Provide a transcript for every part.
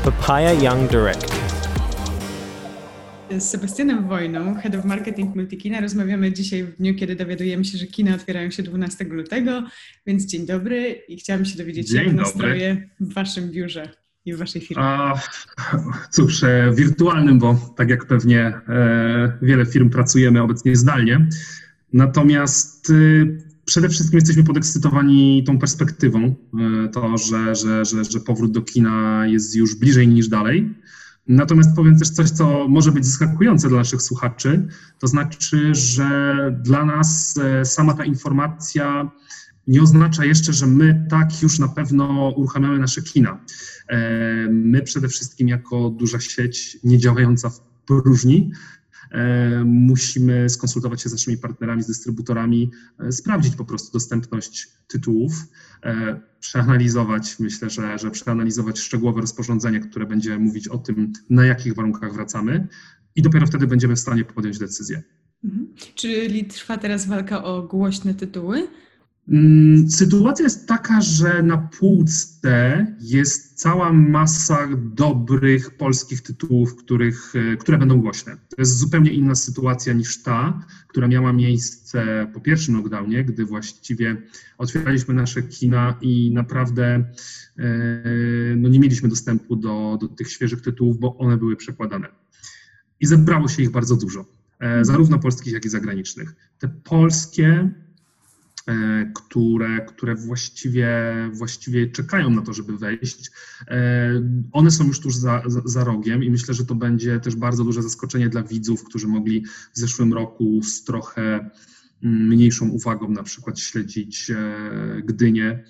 Papaya Young Director. Z Sebastianem Wojną, Head of Marketing Multikina, rozmawiamy dzisiaj w dniu, kiedy dowiadujemy się, że kina otwierają się 12 lutego, więc dzień dobry i chciałam się dowiedzieć, jak nastroje w waszym biurze i w waszej firmie. Cóż, wirtualnym, bo tak jak pewnie wiele firm pracujemy obecnie zdalnie. Natomiast przede wszystkim jesteśmy podekscytowani tą perspektywą, to, że powrót do kina jest już bliżej niż dalej. Natomiast powiem też coś, co może być zaskakujące dla naszych słuchaczy, to znaczy, że dla nas sama ta informacja nie oznacza jeszcze, że my tak już na pewno uruchamiamy nasze kina. My przede wszystkim jako duża sieć nie działająca w próżni musimy skonsultować się z naszymi partnerami, z dystrybutorami, sprawdzić po prostu dostępność tytułów, przeanalizować, myślę, że przeanalizować szczegółowe rozporządzenie, które będzie mówić o tym, na jakich warunkach wracamy i dopiero wtedy będziemy w stanie podjąć decyzję. Czyli trwa teraz walka o głośne tytuły? Sytuacja jest taka, że na półce jest cała masa dobrych polskich tytułów, które będą głośne. To jest zupełnie inna sytuacja niż ta, która miała miejsce po pierwszym lockdownie, gdy właściwie otwieraliśmy nasze kina i naprawdę nie mieliśmy dostępu do tych świeżych tytułów, bo one były przekładane. I zebrało się ich bardzo dużo, zarówno polskich, jak i zagranicznych. Te polskie, które właściwie czekają na to, żeby wejść. One są już tuż za rogiem i myślę, że to będzie też bardzo duże zaskoczenie dla widzów, którzy mogli w zeszłym roku z trochę mniejszą uwagą na przykład śledzić Gdynię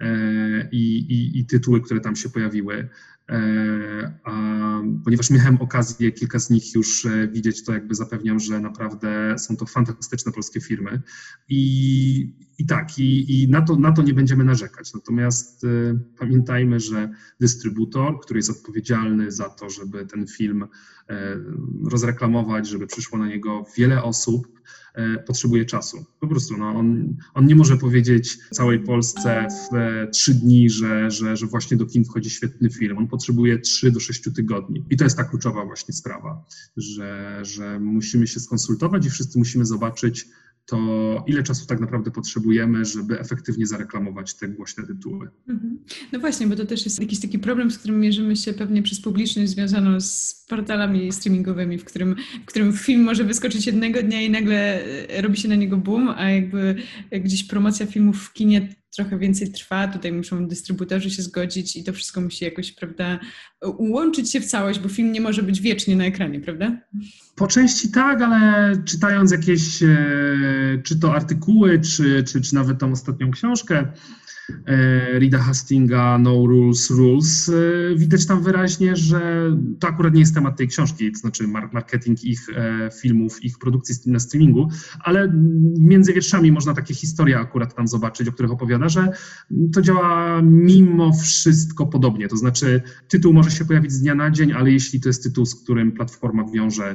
i tytuły, które tam się pojawiły. Ponieważ miałem okazję kilka z nich już widzieć, to jakby zapewniam, że naprawdę są to fantastyczne polskie firmy i na to nie będziemy narzekać. Natomiast pamiętajmy, że dystrybutor, który jest odpowiedzialny za to, żeby ten film rozreklamować, żeby przyszło na niego wiele osób, potrzebuje czasu. Po prostu on nie może powiedzieć całej Polsce w 3 dni, że właśnie do kin wchodzi świetny film. On potrzebuje 3 do 6 tygodni. I to jest ta kluczowa właśnie sprawa, że musimy się skonsultować i wszyscy musimy zobaczyć to, ile czasu tak naprawdę potrzebujemy, żeby efektywnie zareklamować te głośne tytuły. No właśnie, bo to też jest jakiś taki problem, z którym mierzymy się pewnie przez publiczność związaną z portalami streamingowymi, w którym film może wyskoczyć jednego dnia i nagle robi się na niego boom, a jakby gdzieś promocja filmów w kinie trochę więcej trwa, tutaj muszą dystrybutorzy się zgodzić i to wszystko musi jakoś, prawda, łączyć się w całość, bo film nie może być wiecznie na ekranie, prawda? Po części tak, ale czytając jakieś czy to artykuły, czy nawet tą ostatnią książkę Reeda Hastinga No Rules, widać tam wyraźnie, że to akurat nie jest temat tej książki, to znaczy marketing ich filmów, ich produkcji na streamingu, ale między wierszami można takie historie akurat tam zobaczyć, o których opowiada, że to działa mimo wszystko podobnie, to znaczy tytuł może się pojawić z dnia na dzień, ale jeśli to jest tytuł, z którym platforma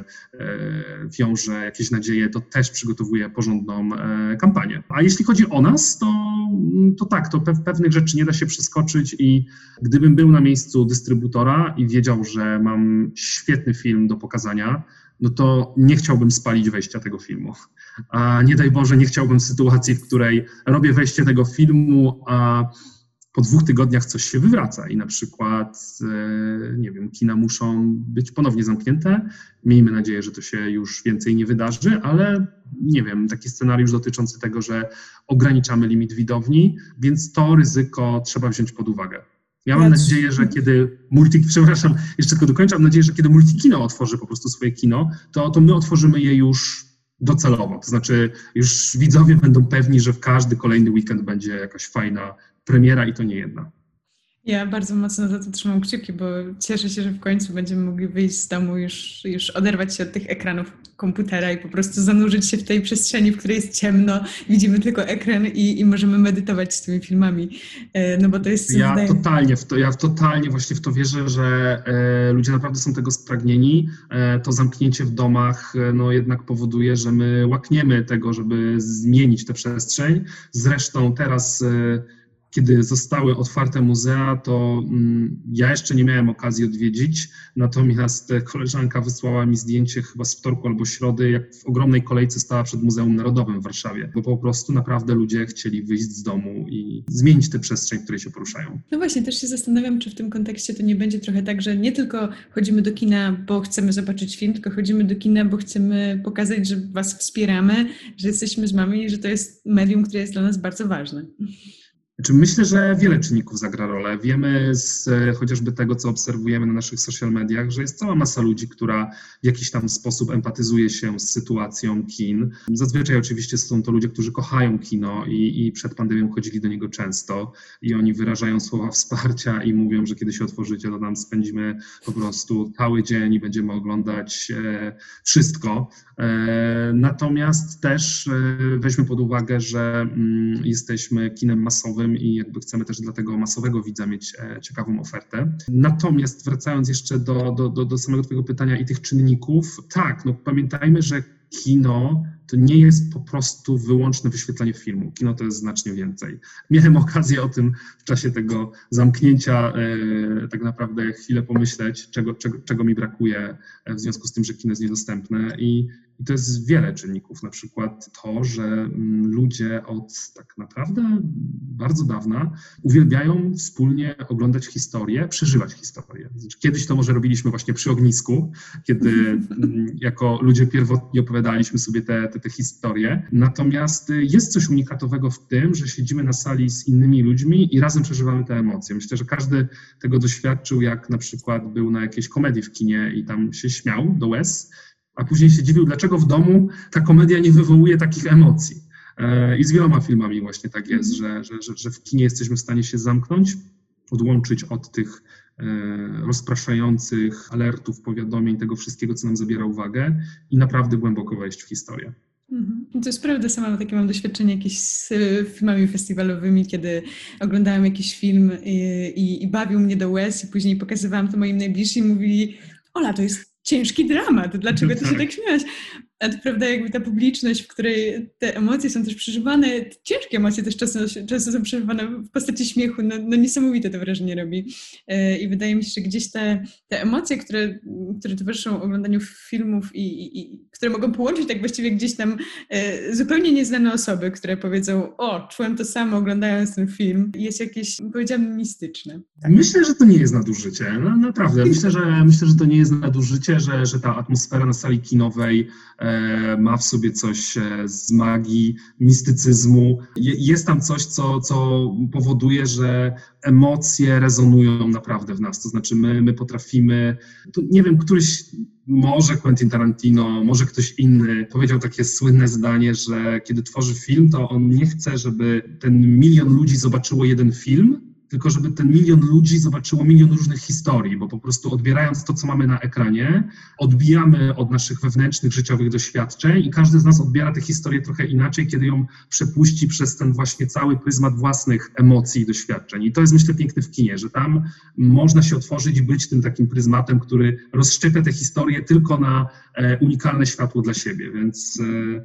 wiąże jakieś nadzieje, to też przygotowuje porządną kampanię. A jeśli chodzi o nas, to tak, to pewnych rzeczy nie da się przeskoczyć i gdybym był na miejscu dystrybutora i wiedział, że mam świetny film do pokazania, no to nie chciałbym spalić wejścia tego filmu. A nie daj Boże, nie chciałbym sytuacji, w której robię wejście tego filmu, a po 2 tygodniach coś się wywraca i na przykład, nie wiem, kina muszą być ponownie zamknięte. Miejmy nadzieję, że to się już więcej nie wydarzy, ale nie wiem, taki scenariusz dotyczący tego, że ograniczamy limit widowni, więc to ryzyko trzeba wziąć pod uwagę. Ja mam nadzieję, że kiedy jeszcze tylko dokończę, mam nadzieję, że kiedy Multikino otworzy po prostu swoje kino, to my otworzymy je już docelowo. To znaczy już widzowie będą pewni, że w każdy kolejny weekend będzie jakaś fajna premiera i to nie jedna. Ja bardzo mocno za to trzymam kciuki, bo cieszę się, że w końcu będziemy mogli wyjść z domu, już oderwać się od tych ekranów komputera i po prostu zanurzyć się w tej przestrzeni, w której jest ciemno, widzimy tylko ekran i możemy medytować z tymi filmami, no bo to jest... Ja totalnie właśnie w to wierzę, że ludzie naprawdę są tego spragnieni. To zamknięcie w domach jednak powoduje, że my łakniemy tego, żeby zmienić tę przestrzeń. Zresztą teraz kiedy zostały otwarte muzea, to ja jeszcze nie miałem okazji odwiedzić, natomiast koleżanka wysłała mi zdjęcie chyba z wtorku albo środy, jak w ogromnej kolejce stała przed Muzeum Narodowym w Warszawie, bo po prostu naprawdę ludzie chcieli wyjść z domu i zmienić tę przestrzeń, w której się poruszają. No właśnie, też się zastanawiam, czy w tym kontekście to nie będzie trochę tak, że nie tylko chodzimy do kina, bo chcemy zobaczyć film, tylko chodzimy do kina, bo chcemy pokazać, że was wspieramy, że jesteśmy z wami i że to jest medium, które jest dla nas bardzo ważne. Znaczy, myślę, że wiele czynników zagra rolę. Wiemy z chociażby tego, co obserwujemy na naszych social mediach, że jest cała masa ludzi, która w jakiś tam sposób empatyzuje się z sytuacją kin. Zazwyczaj oczywiście są to ludzie, którzy kochają kino i przed pandemią chodzili do niego często i oni wyrażają słowa wsparcia i mówią, że kiedy się otworzycie, to tam spędzimy po prostu cały dzień i będziemy oglądać wszystko. Natomiast też weźmy pod uwagę, że jesteśmy kinem masowym i jakby chcemy też dla tego masowego widza mieć ciekawą ofertę. Natomiast wracając jeszcze do samego twojego pytania i tych czynników, tak, no pamiętajmy, że kino to nie jest po prostu wyłączne wyświetlanie filmu. Kino to jest znacznie więcej. Miałem okazję o tym w czasie tego zamknięcia tak naprawdę chwilę pomyśleć, czego mi brakuje w związku z tym, że kino jest niedostępne i to jest wiele czynników, na przykład to, że ludzie od tak naprawdę bardzo dawna uwielbiają wspólnie oglądać historię, przeżywać historię. Kiedyś to może robiliśmy właśnie przy ognisku, kiedy jako ludzie pierwotni opowiadaliśmy sobie te historie. Natomiast jest coś unikatowego w tym, że siedzimy na sali z innymi ludźmi i razem przeżywamy te emocje. Myślę, że każdy tego doświadczył, jak na przykład był na jakiejś komedii w kinie i tam się śmiał do łez, a później się dziwił, dlaczego w domu ta komedia nie wywołuje takich emocji. I z wieloma filmami właśnie tak jest, że w kinie jesteśmy w stanie się zamknąć, odłączyć od tych rozpraszających alertów, powiadomień, tego wszystkiego, co nam zabiera uwagę i naprawdę głęboko wejść w historię. To jest prawda, sama takie mam doświadczenie jakieś z filmami festiwalowymi, kiedy oglądałam jakiś film i bawił mnie do łez i później pokazywałam to moim najbliższym i mówili: Ola, to jest ciężki dramat, dlaczego ty się tak śmiałaś? A to prawda, jakby ta publiczność, w której te emocje są też przeżywane, ciężkie emocje też często są przeżywane w postaci śmiechu, no niesamowite to wrażenie robi. I wydaje mi się, że gdzieś te emocje, które towarzyszą oglądaniu filmów i które mogą połączyć tak właściwie gdzieś tam zupełnie nieznane osoby, które powiedzą: o, czułem to samo oglądając ten film, jest jakieś, powiedziałabym, mistyczne. Myślę, że to nie jest nadużycie, no, naprawdę. Myślę, że to nie jest nadużycie, że ta atmosfera na sali kinowej ma w sobie coś z magii, mistycyzmu. Jest tam coś, co powoduje, że emocje rezonują naprawdę w nas. To znaczy my potrafimy, nie wiem, może Quentin Tarantino, może ktoś inny powiedział takie słynne zdanie, że kiedy tworzy film, to on nie chce, żeby ten 1 milion ludzi zobaczyło jeden film, tylko żeby ten 1 milion ludzi zobaczyło 1 milion różnych historii, bo po prostu odbierając to, co mamy na ekranie, odbijamy od naszych wewnętrznych, życiowych doświadczeń i każdy z nas odbiera tę historię trochę inaczej, kiedy ją przepuści przez ten właśnie cały pryzmat własnych emocji i doświadczeń. I to jest, myślę, piękne w kinie, że tam można się otworzyć i być tym takim pryzmatem, który rozszczepia tę historię tylko na unikalne światło dla siebie, więc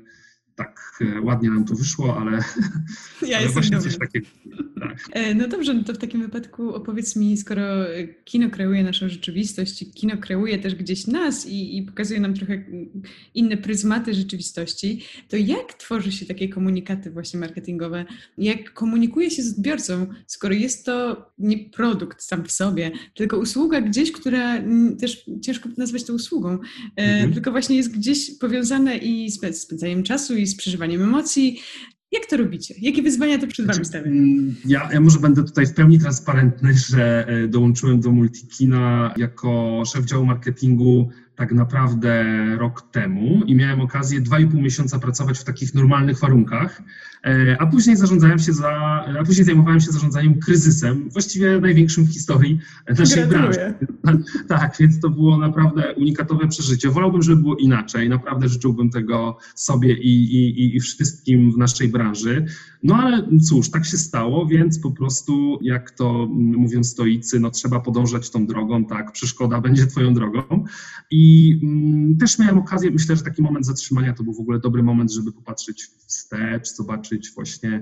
tak, ładnie nam to wyszło, ale właśnie coś takiego. Tak. No dobrze, no to w takim wypadku opowiedz mi, skoro kino kreuje naszą rzeczywistość i kino kreuje też gdzieś nas i pokazuje nam trochę inne pryzmaty rzeczywistości, to jak tworzy się takie komunikaty właśnie marketingowe? Jak komunikuje się z odbiorcą, skoro jest to nie produkt sam w sobie, tylko usługa gdzieś, która też ciężko nazwać to usługą, tylko właśnie jest gdzieś powiązane i z spędzaniem czasu i z przeżywaniem emocji. Jak to robicie? Jakie wyzwania to przed wami stawia? Ja może będę tutaj w pełni transparentny, że dołączyłem do Multikina jako szef działu marketingu tak naprawdę rok temu i miałem okazję 2,5 miesiąca pracować w takich normalnych warunkach, a później zajmowałem się zarządzaniem kryzysem, właściwie największym w historii naszej branży. Tak, więc to było naprawdę unikatowe przeżycie. Wolałbym, żeby było inaczej. Naprawdę życzyłbym tego sobie i wszystkim w naszej branży. No ale cóż, tak się stało, więc po prostu, jak to mówią stoicy, no trzeba podążać tą drogą, tak, przeszkoda będzie twoją drogą. I też miałem okazję, myślę, że taki moment zatrzymania to był w ogóle dobry moment, żeby popatrzeć wstecz, zobaczyć właśnie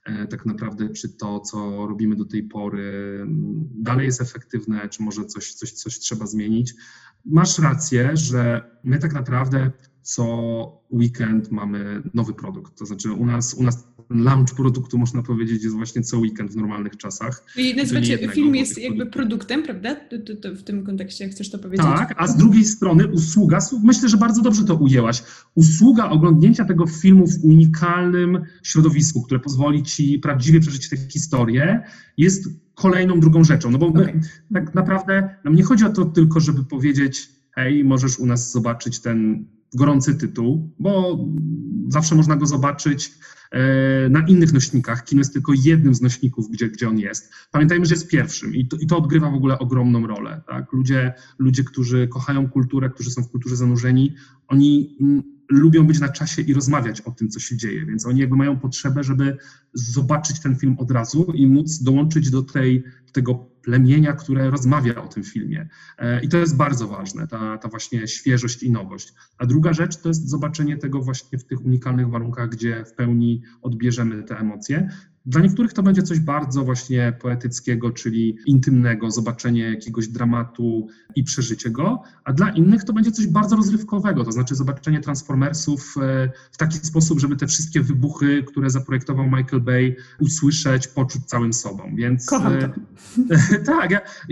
tak naprawdę, czy to, co robimy do tej pory, dalej jest efektywne, czy może coś trzeba zmienić. Masz rację, że my tak naprawdę co weekend mamy nowy produkt. To znaczy u nas launch produktu, można powiedzieć, jest właśnie co weekend w normalnych czasach. I nazwacie, film jest jakby produktem, prawda? To w tym kontekście, jak chcesz to powiedzieć? Tak, a z drugiej strony usługa, myślę, że bardzo dobrze to ujęłaś, usługa oglądnięcia tego filmu w unikalnym środowisku, które pozwoli ci prawdziwie przeżyć tę historię, jest kolejną, drugą rzeczą. No bo tak naprawdę nam nie chodzi o to tylko, żeby powiedzieć, hej, możesz u nas zobaczyć ten gorący tytuł, bo zawsze można go zobaczyć na innych nośnikach. Kino jest tylko jednym z nośników, gdzie on jest. Pamiętajmy, że jest pierwszym i to odgrywa w ogóle ogromną rolę. Tak? Ludzie, którzy kochają kulturę, którzy są w kulturze zanurzeni, oni lubią być na czasie i rozmawiać o tym, co się dzieje, więc oni jakby mają potrzebę, żeby zobaczyć ten film od razu i móc dołączyć do tego plemienia, które rozmawia o tym filmie. I to jest bardzo ważne, ta właśnie świeżość i nowość. A druga rzecz to jest zobaczenie tego właśnie w tych unikalnych warunkach, gdzie w pełni odbierzemy te emocje. Dla niektórych to będzie coś bardzo właśnie poetyckiego, czyli intymnego, zobaczenie jakiegoś dramatu i przeżycie go, a dla innych to będzie coś bardzo rozrywkowego, to znaczy zobaczenie Transformersów w taki sposób, żeby te wszystkie wybuchy, które zaprojektował Michael Bay, usłyszeć, poczuć całym sobą. Więc kocham to. Tak,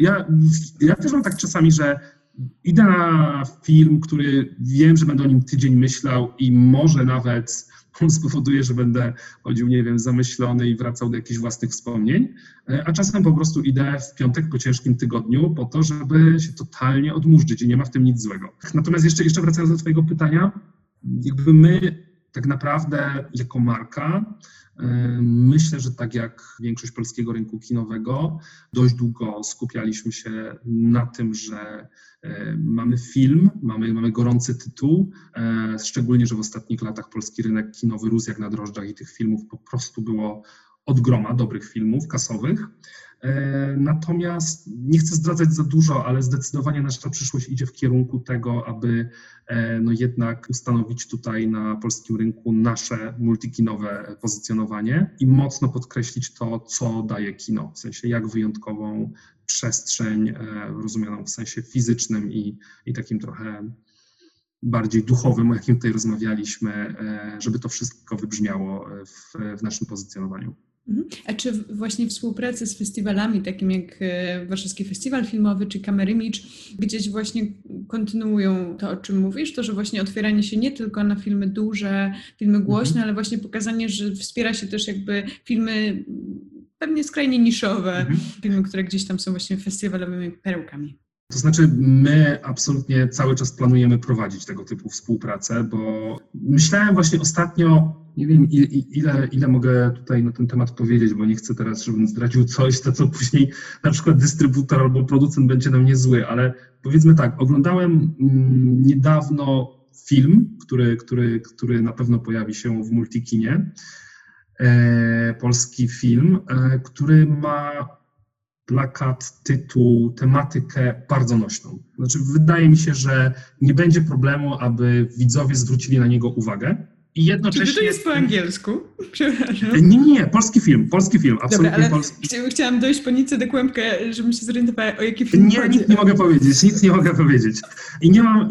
ja też mam tak czasami, że idę na film, który wiem, że będę o nim tydzień myślał i może nawet on spowoduje, że będę chodził, nie wiem, zamyślony i wracał do jakichś własnych wspomnień, a czasem po prostu idę w piątek po ciężkim tygodniu po to, żeby się totalnie odmurzyć i nie ma w tym nic złego. Natomiast jeszcze wracając do twojego pytania, jakby my tak naprawdę jako marka, myślę, że tak jak większość polskiego rynku kinowego, dość długo skupialiśmy się na tym, że mamy film, mamy gorący tytuł, szczególnie, że w ostatnich latach polski rynek kinowy rósł jak na drożdżach i tych filmów po prostu było od groma dobrych filmów kasowych. Natomiast nie chcę zdradzać za dużo, ale zdecydowanie nasza przyszłość idzie w kierunku tego, aby jednak ustanowić tutaj na polskim rynku nasze multikinowe pozycjonowanie i mocno podkreślić to, co daje kino, w sensie jak wyjątkową przestrzeń, rozumianą w sensie fizycznym i takim trochę bardziej duchowym, o jakim tutaj rozmawialiśmy, żeby to wszystko wybrzmiało w naszym pozycjonowaniu. A czy właśnie współpracy z festiwalami, takim jak Warszawski Festiwal Filmowy czy Kamerimage, gdzieś właśnie kontynuują to, o czym mówisz, to, że właśnie otwieranie się nie tylko na filmy duże, filmy głośne, ale właśnie pokazanie, że wspiera się też jakby filmy pewnie skrajnie niszowe, filmy, które gdzieś tam są właśnie festiwalowymi perełkami. To znaczy my absolutnie cały czas planujemy prowadzić tego typu współpracę, bo myślałem właśnie ostatnio, nie wiem ile mogę tutaj na ten temat powiedzieć, bo nie chcę teraz, żebym zdradził coś, to co później na przykład dystrybutor albo producent będzie na mnie zły, ale powiedzmy tak, oglądałem niedawno film, który na pewno pojawi się w Multikinie, polski film, który ma plakat, tytuł, tematykę bardzo nośną. Znaczy, wydaje mi się, że nie będzie problemu, aby widzowie zwrócili na niego uwagę. I jednocześnie... Czy to jest po angielsku? Przepraszam. Nie, polski film, absolutnie. Dobra, ale polski. Chciałam dojść po nitce do kłębka, żebym się zorientowała, o jaki film chodzi. Nic nie mogę powiedzieć. I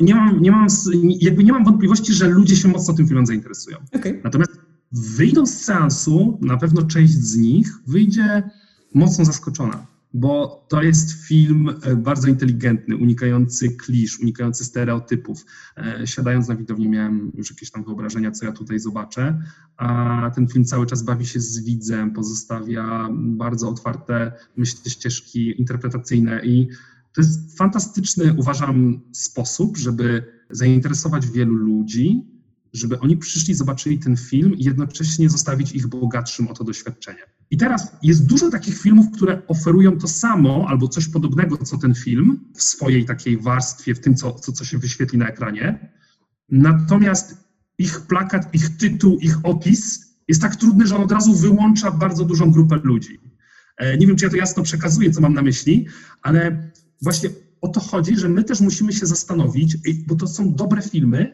nie mam wątpliwości, że ludzie się mocno tym filmem zainteresują. Okay. Natomiast wyjdą z seansu, na pewno część z nich wyjdzie mocno zaskoczona, bo to jest film bardzo inteligentny, unikający klisz, unikający stereotypów. Siadając na widowni miałem już jakieś tam wyobrażenia, co ja tutaj zobaczę, a ten film cały czas bawi się z widzem, pozostawia bardzo otwarte, myślę, ścieżki interpretacyjne i to jest fantastyczny, uważam, sposób, żeby zainteresować wielu ludzi, żeby oni przyszli, zobaczyli ten film i jednocześnie zostawić ich bogatszym o to doświadczenie. I teraz jest dużo takich filmów, które oferują to samo albo coś podobnego, co ten film w swojej takiej warstwie, w tym, co się wyświetli na ekranie. Natomiast ich plakat, ich tytuł, ich opis jest tak trudny, że on od razu wyłącza bardzo dużą grupę ludzi. Nie wiem, czy ja to jasno przekazuję, co mam na myśli, ale właśnie o to chodzi, że my też musimy się zastanowić, bo to są dobre filmy,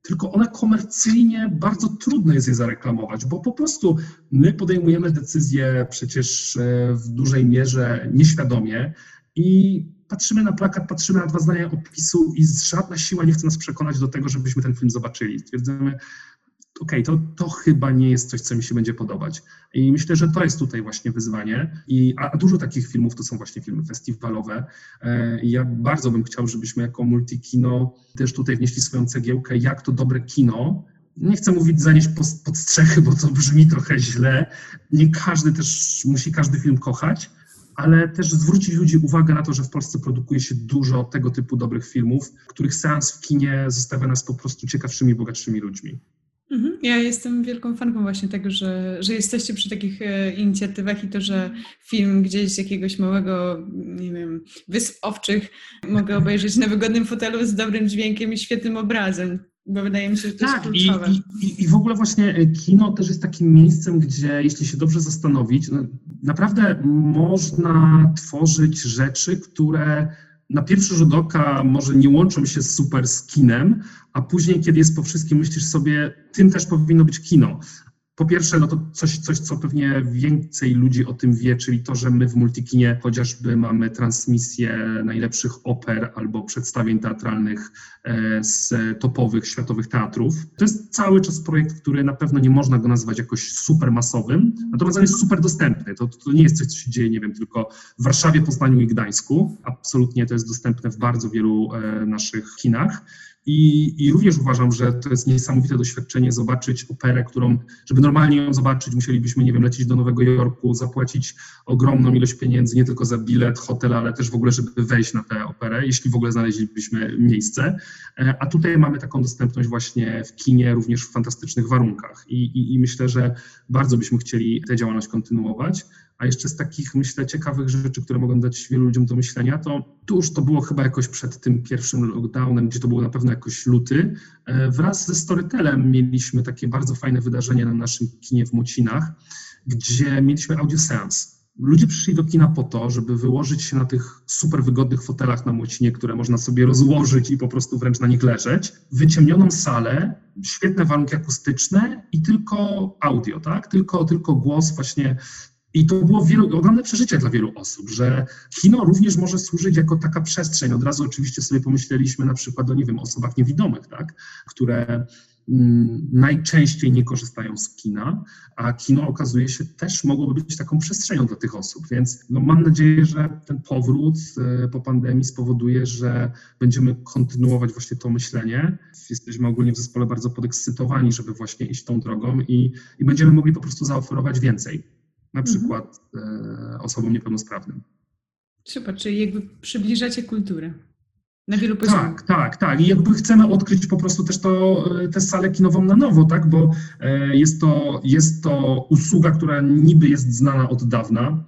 tylko one komercyjnie bardzo trudno jest je zareklamować, bo po prostu my podejmujemy decyzje przecież w dużej mierze nieświadomie i patrzymy na plakat, patrzymy na 2 zdania opisu i żadna siła nie chce nas przekonać do tego, żebyśmy ten film zobaczyli. Stwierdzamy, okej, to chyba nie jest coś, co mi się będzie podobać. I myślę, że to jest tutaj właśnie wyzwanie. A dużo takich filmów to są właśnie filmy festiwalowe. I ja bardzo bym chciał, żebyśmy jako Multikino też tutaj wnieśli swoją cegiełkę, jak to dobre kino. Nie chcę mówić zanieść pod strzechy, bo to brzmi trochę źle. Nie każdy też musi każdy film kochać, ale też zwrócić ludzi uwagę na to, że w Polsce produkuje się dużo tego typu dobrych filmów, których seans w kinie zostawia nas po prostu ciekawszymi, bogatszymi ludźmi. Ja jestem wielką fanką właśnie tego, że jesteście przy takich inicjatywach i to, że film gdzieś z jakiegoś małego, nie wiem, Wysp Owczych mogę obejrzeć na wygodnym fotelu z dobrym dźwiękiem i świetnym obrazem, bo wydaje mi się, że to jest kluczowe. I w ogóle właśnie kino też jest takim miejscem, gdzie jeśli się dobrze zastanowić, naprawdę można tworzyć rzeczy, które na pierwszy rzut oka może nie łączą się super z kinem, a później, kiedy jest po wszystkim, myślisz sobie, tym też powinno być kino. Po pierwsze, no to coś, co pewnie więcej ludzi o tym wie, czyli to, że my w Multikinie chociażby mamy transmisję najlepszych oper albo przedstawień teatralnych z topowych światowych teatrów. To jest cały czas projekt, który na pewno nie można go nazwać jakoś super masowym, natomiast on jest super dostępny. To nie jest coś, co się dzieje, nie wiem, tylko w Warszawie, Poznaniu i Gdańsku. Absolutnie to jest dostępne w bardzo wielu naszych kinach. I również uważam, że to jest niesamowite doświadczenie zobaczyć operę, którą, żeby normalnie ją zobaczyć, musielibyśmy, nie wiem, lecieć do Nowego Jorku, zapłacić ogromną ilość pieniędzy, nie tylko za bilet, hotel, ale też w ogóle, żeby wejść na tę operę, jeśli w ogóle znaleźlibyśmy miejsce. A tutaj mamy taką dostępność właśnie w kinie, również w fantastycznych warunkach. I myślę, że bardzo byśmy chcieli tę działalność kontynuować. A jeszcze z takich, myślę, ciekawych rzeczy, które mogą dać wielu ludziom do myślenia, to już to było chyba jakoś przed tym pierwszym lockdownem, gdzie to było na pewno jakoś luty. Wraz ze Storytelem mieliśmy takie bardzo fajne wydarzenie na naszym kinie w Młocinach, gdzie mieliśmy audioseans. Ludzie przyszli do kina po to, żeby wyłożyć się na tych super wygodnych fotelach na Młocinie, które można sobie rozłożyć i po prostu wręcz na nich leżeć. Wyciemnioną salę, świetne warunki akustyczne i tylko audio, tak? Tylko głos właśnie. I to było ogromne przeżycie dla wielu osób, że kino również może służyć jako taka przestrzeń. Od razu oczywiście sobie pomyśleliśmy na przykład o, nie wiem, osobach niewidomych, tak? Które najczęściej nie korzystają z kina, a kino okazuje się też mogłoby być taką przestrzenią dla tych osób, więc mam nadzieję, że ten powrót po pandemii spowoduje, że będziemy kontynuować właśnie to myślenie. Jesteśmy ogólnie w zespole bardzo podekscytowani, żeby właśnie iść tą drogą i będziemy mogli po prostu zaoferować więcej. Na przykład osobom niepełnosprawnym. Super, czyli jakby przybliżacie kulturę na wielu poziomach. Tak. I jakby chcemy odkryć po prostu też tę salę kinową na nowo, tak? Bo jest to usługa, która niby jest znana od dawna,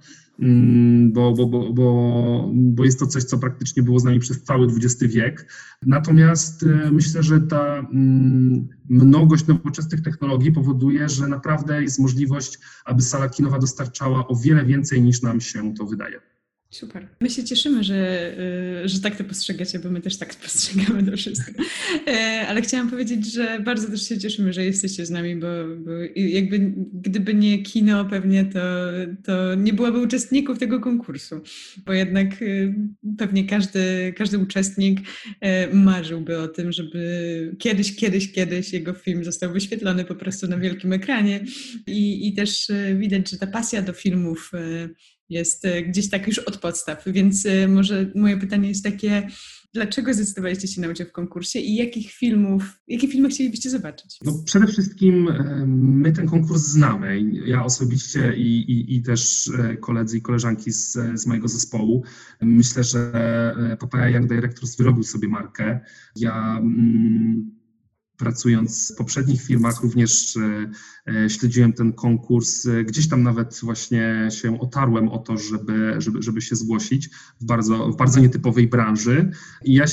bo jest to coś, co praktycznie było z nami przez cały XX wiek. Natomiast myślę, że ta mnogość nowoczesnych technologii powoduje, że naprawdę jest możliwość, aby sala kinowa dostarczała o wiele więcej, niż nam się to wydaje. Super. My się cieszymy, że tak to postrzegacie, bo my też tak postrzegamy to wszystko. Ale chciałam powiedzieć, że bardzo też się cieszymy, że jesteście z nami, bo jakby gdyby nie kino pewnie, to nie byłoby uczestników tego konkursu, bo jednak pewnie każdy uczestnik marzyłby o tym, żeby kiedyś jego film został wyświetlony po prostu na wielkim ekranie i też widać, że ta pasja do filmów jest gdzieś tak już od podstaw, więc może moje pytanie jest takie, dlaczego zdecydowaliście się na udział w konkursie i jakie filmy chcielibyście zobaczyć? No przede wszystkim my ten konkurs znamy, ja osobiście i też koledzy i koleżanki z mojego zespołu. Myślę, że Papaya Young Directors wyrobił sobie markę. Ja pracując w poprzednich firmach również śledziłem ten konkurs. Gdzieś tam nawet właśnie się otarłem o to, żeby się zgłosić w bardzo nietypowej branży. I ja się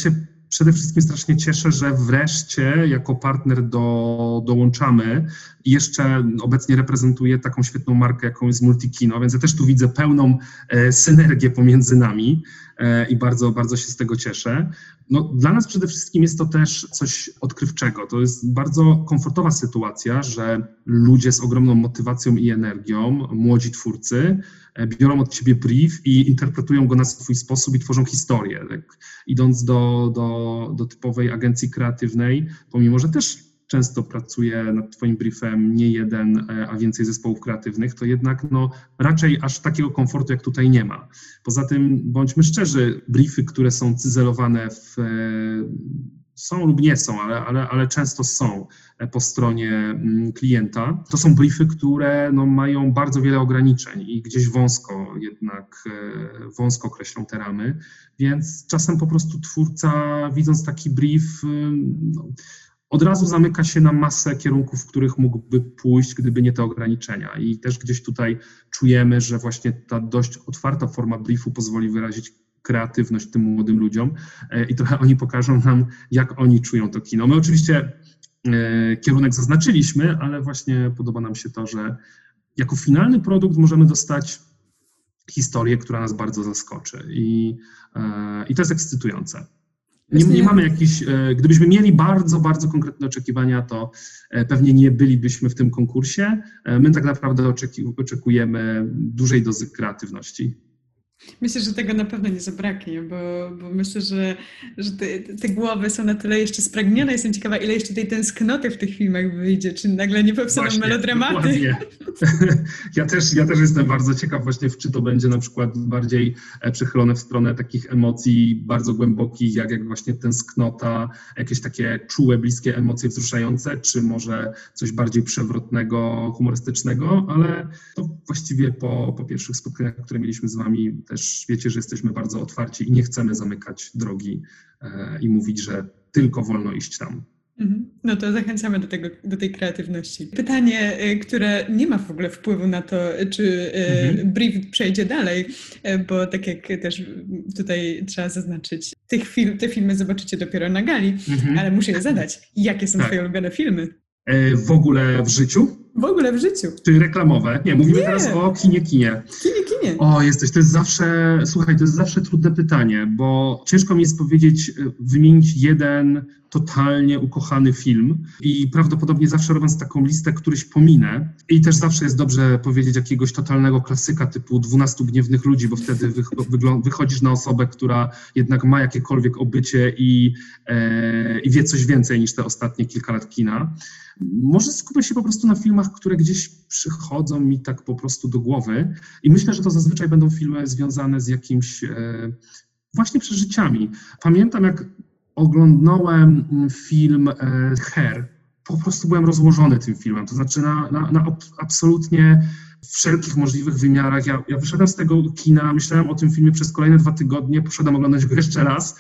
przede wszystkim strasznie cieszę, że wreszcie jako partner dołączamy i jeszcze obecnie reprezentuję taką świetną markę, jaką jest Multikino, więc ja też tu widzę pełną synergię pomiędzy nami i bardzo, bardzo się z tego cieszę. No, dla nas przede wszystkim jest to też coś odkrywczego. To jest bardzo komfortowa sytuacja, że ludzie z ogromną motywacją i energią, młodzi twórcy, biorą od ciebie brief i interpretują go na swój sposób i tworzą historię. Tak, idąc do typowej agencji kreatywnej, pomimo że też często pracuje nad twoim briefem nie jeden, a więcej zespołów kreatywnych, to jednak raczej aż takiego komfortu jak tutaj nie ma. Poza tym, bądźmy szczerzy, briefy, które są cyzelowane są lub nie są, ale często są po stronie klienta. To są briefy, które mają bardzo wiele ograniczeń i gdzieś wąsko kreślą te ramy, więc czasem po prostu twórca, widząc taki brief, od razu zamyka się na masę kierunków, w których mógłby pójść, gdyby nie te ograniczenia. I też gdzieś tutaj czujemy, że właśnie ta dość otwarta forma briefu pozwoli wyrazić kreatywność tym młodym ludziom i trochę oni pokażą nam, jak oni czują to kino. My oczywiście kierunek zaznaczyliśmy, ale właśnie podoba nam się to, że jako finalny produkt możemy dostać historię, która nas bardzo zaskoczy i to jest ekscytujące. Nie mamy jakichś, gdybyśmy mieli bardzo, bardzo konkretne oczekiwania, to pewnie nie bylibyśmy w tym konkursie. My tak naprawdę oczekujemy dużej dozy kreatywności. Myślę, że tego na pewno nie zabraknie, bo myślę, że te głowy są na tyle jeszcze spragnione. Jestem ciekawa, ile jeszcze tej tęsknoty w tych filmach wyjdzie, czy nagle nie powstaną melodramaty. Dokładnie. Ja też jestem bardzo ciekaw właśnie, czy to będzie na przykład bardziej przychylone w stronę takich emocji bardzo głębokich, jak właśnie tęsknota, jakieś takie czułe, bliskie emocje wzruszające, czy może coś bardziej przewrotnego, humorystycznego, ale to właściwie po pierwszych spotkaniach, które mieliśmy z wami, też wiecie, że jesteśmy bardzo otwarci i nie chcemy zamykać drogi i mówić, że tylko wolno iść tam. No to zachęcamy do tej kreatywności. Pytanie, które nie ma w ogóle wpływu na to, czy brief przejdzie dalej, bo tak jak też tutaj trzeba zaznaczyć, te filmy zobaczycie dopiero na gali, ale muszę je zadać. Jakie są twoje ulubione filmy? W ogóle w życiu? W ogóle w życiu. Czy reklamowe? Nie, mówimy teraz o kinie. Kinie. To jest zawsze trudne pytanie, bo ciężko mi jest wymienić jeden totalnie ukochany film i prawdopodobnie zawsze robiąc taką listę, któryś pominę i też zawsze jest dobrze powiedzieć jakiegoś totalnego klasyka typu 12 gniewnych ludzi, bo wtedy wychodzisz na osobę, która jednak ma jakiekolwiek obycie i wie coś więcej niż te ostatnie kilka lat kina. Może skupię się po prostu na filmach, które gdzieś przychodzą mi tak po prostu do głowy i myślę, że to zazwyczaj będą filmy związane z jakimiś właśnie przeżyciami. Pamiętam, jak oglądałem film Her, po prostu byłem rozłożony tym filmem, to znaczy na absolutnie wszelkich możliwych wymiarach. Ja wyszedłem z tego kina, myślałem o tym filmie przez kolejne 2 tygodnie, poszedłem oglądać go jeszcze raz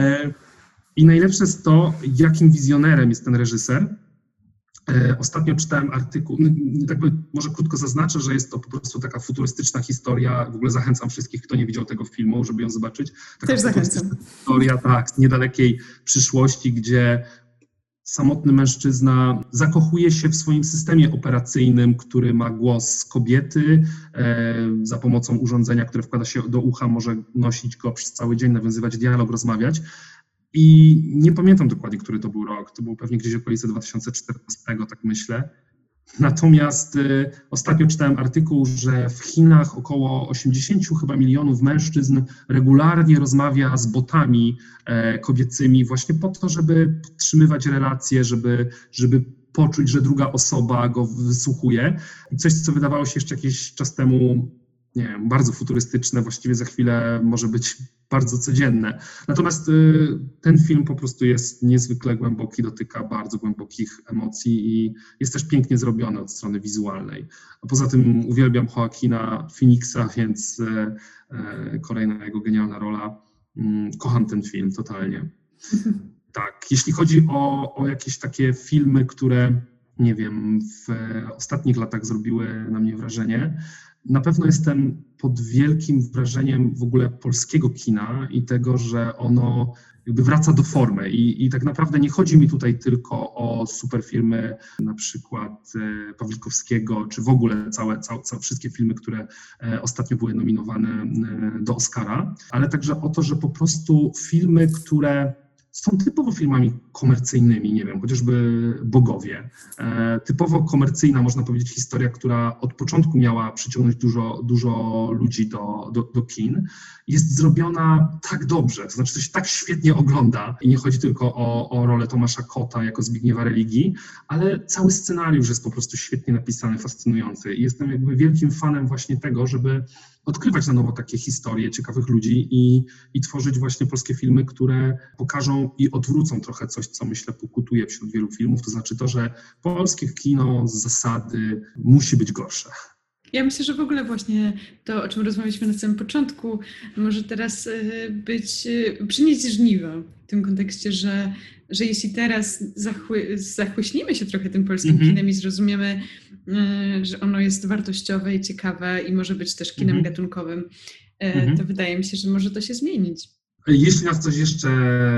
i najlepsze jest to, jakim wizjonerem jest ten reżyser. Ostatnio czytałem artykuł, może krótko zaznaczę, że jest to po prostu taka futurystyczna historia, w ogóle zachęcam wszystkich, kto nie widział tego filmu, żeby ją zobaczyć. Taka też zachęcam. Historia, z niedalekiej przyszłości, gdzie samotny mężczyzna zakochuje się w swoim systemie operacyjnym, który ma głos kobiety, za pomocą urządzenia, które wkłada się do ucha, może nosić go przez cały dzień, nawiązywać dialog, rozmawiać. I nie pamiętam dokładnie, który to był rok. To był pewnie gdzieś okolice 2014, tak myślę. Natomiast ostatnio czytałem artykuł, że w Chinach około 80 chyba milionów mężczyzn regularnie rozmawia z botami kobiecymi właśnie po to, żeby podtrzymywać relacje, żeby poczuć, że druga osoba go wysłuchuje. I coś, co wydawało się jeszcze jakiś czas temu, nie wiem, bardzo futurystyczne, właściwie za chwilę może być bardzo codzienne. Natomiast ten film po prostu jest niezwykle głęboki, dotyka bardzo głębokich emocji i jest też pięknie zrobiony od strony wizualnej. A poza tym uwielbiam Joaquina Phoenixa, więc kolejna jego genialna rola. Kocham ten film totalnie. Tak, jeśli chodzi o jakieś takie filmy, które, nie wiem, w ostatnich latach zrobiły na mnie wrażenie, Na pewno jestem pod wielkim wrażeniem w ogóle polskiego kina i tego, że ono jakby wraca do formy i tak naprawdę nie chodzi mi tutaj tylko o super filmy, na przykład Pawlikowskiego, czy w ogóle wszystkie filmy, które ostatnio były nominowane do Oscara, ale także o to, że po prostu filmy, które są typowo filmami komercyjnymi, nie wiem, chociażby Bogowie. Typowo komercyjna, można powiedzieć, historia, która od początku miała przyciągnąć dużo ludzi do kin, jest zrobiona tak dobrze, to znaczy to się tak świetnie ogląda i nie chodzi tylko o rolę Tomasza Kota jako Zbigniewa Religi, ale cały scenariusz jest po prostu świetnie napisany, fascynujący i jestem jakby wielkim fanem właśnie tego, żeby odkrywać na nowo takie historie ciekawych ludzi i tworzyć właśnie polskie filmy, które pokażą i odwrócą trochę coś, co myślę pokutuje wśród wielu filmów, to znaczy to, że polskie kino z zasady musi być gorsze. Ja myślę, że w ogóle właśnie to, o czym rozmawialiśmy na samym początku, może teraz przynieść żniwo w tym kontekście, że jeśli teraz zachłyśnimy się trochę tym polskim kinem i zrozumiemy, że ono jest wartościowe i ciekawe i może być też kinem gatunkowym, to wydaje mi się, że może to się zmienić. Jeśli nas coś jeszcze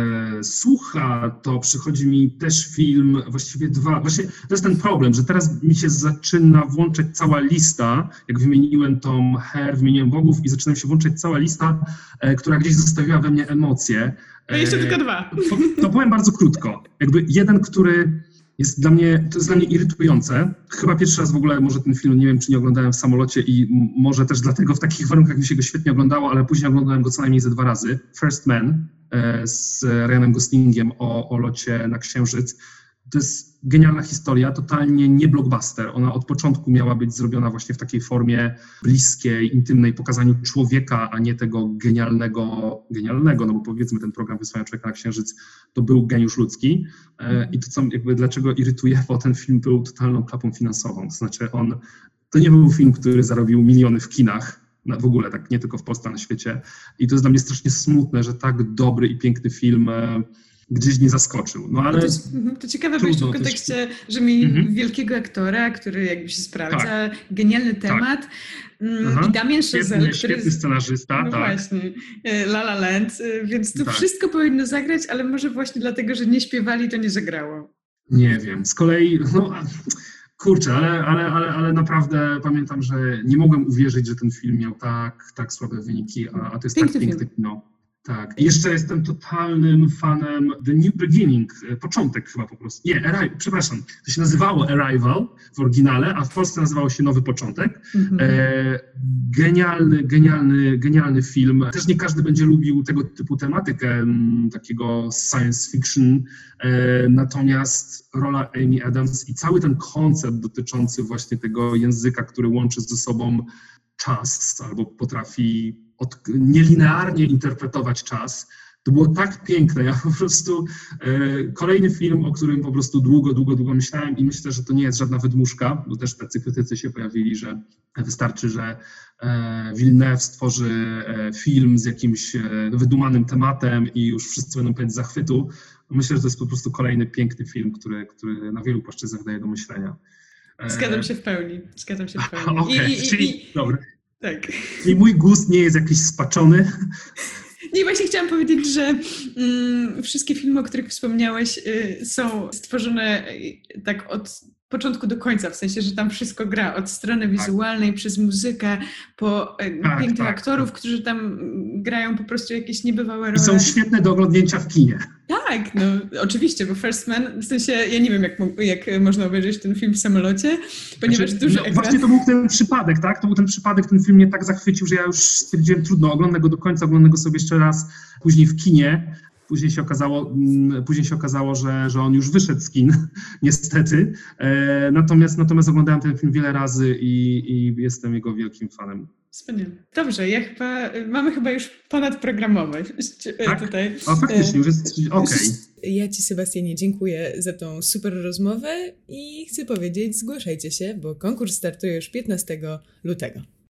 słucha, to przychodzi mi też film, właściwie dwa. Właśnie to jest ten problem, że teraz mi się zaczyna włączać cała lista, jak wymieniłem tą Her, wymieniłem Bogów i zaczyna się włączać cała lista, która gdzieś zostawiła we mnie emocje. No jeszcze tylko dwa. To powiem bardzo krótko. Jakby jeden, który jest dla mnie irytujące. Chyba pierwszy raz w ogóle może ten film, nie wiem, czy nie oglądałem w samolocie i może też dlatego w takich warunkach mi się go świetnie oglądało, ale później oglądałem go co najmniej ze 2 razy. First Man z Ryanem Goslingiem o locie na Księżyc. To jest genialna historia, totalnie nie blockbuster. Ona od początku miała być zrobiona właśnie w takiej formie bliskiej, intymnej, pokazaniu człowieka, a nie tego genialnego, no bo powiedzmy ten program Wysłania człowieka na Księżyc to był geniusz ludzki. I to co jakby dlaczego irytuje, bo ten film był totalną klapą finansową. To znaczy to nie był film, który zarobił miliony w kinach, w ogóle tak nie tylko w Polsce, na świecie. I to jest dla mnie strasznie smutne, że tak dobry i piękny film gdzieś nie zaskoczył. No ale to ciekawe, bo jeszcze w kontekście, że mieli wielkiego aktora, który jakby się sprawdza, genialny temat. I Damien Chazelle, który świetny scenarzysta. No właśnie, La La Land, więc to wszystko powinno zagrać, ale może właśnie dlatego, że nie śpiewali, to nie zagrało. Nie wiem, z kolei, kurczę, ale naprawdę pamiętam, że nie mogłem uwierzyć, że ten film miał tak słabe wyniki, a to jest piękny tak piękne kino. Tak. I jeszcze jestem totalnym fanem The New Beginning, początek chyba po prostu. Nie, przepraszam, to się nazywało Arrival w oryginale, a w Polsce nazywało się Nowy Początek. Genialny film. Też nie każdy będzie lubił tego typu tematykę, takiego science fiction, natomiast rola Amy Adams i cały ten koncept dotyczący właśnie tego języka, który łączy ze sobą czas albo potrafi nielinearnie interpretować czas. To było tak piękne. Ja po prostu kolejny film, o którym po prostu długo myślałem i myślę, że to nie jest żadna wydmuszka, bo też tacy krytycy się pojawili, że wystarczy, że Villeneuve stworzy film z jakimś wydumanym tematem i już wszyscy będą pełni zachwytu. Myślę, że to jest po prostu kolejny piękny film, który na wielu płaszczyznach daje do myślenia. Zgadzam się w pełni. Czyli dobra. Tak. I mój gust nie jest jakiś spaczony. Nie, właśnie chciałam powiedzieć, że wszystkie filmy, o których wspomniałeś, są stworzone tak od początku do końca, w sensie, że tam wszystko gra od strony wizualnej, przez muzykę, po pięknych aktorów, którzy tam grają po prostu jakieś niebywałe role. I są świetne do oglądnięcia w kinie. Tak, no oczywiście, bo First Man, w sensie ja nie wiem, jak można obejrzeć ten film w samolocie, ponieważ duży ekran... Właśnie to był ten przypadek, tak? To był ten przypadek, ten film mnie tak zachwycił, że ja już stwierdziłem, trudno, oglądnę go do końca, oglądnę go sobie jeszcze raz, później w kinie. Później się okazało, że on już wyszedł z kin, niestety. Natomiast oglądałem ten film wiele razy i jestem jego wielkim fanem. Wspaniale. Dobrze, mamy chyba już ponadprogramowe tutaj. A faktycznie, już jest okej. Ja Ci, Sebastianie, dziękuję za tą super rozmowę i chcę powiedzieć, zgłaszajcie się, bo konkurs startuje już 15 lutego.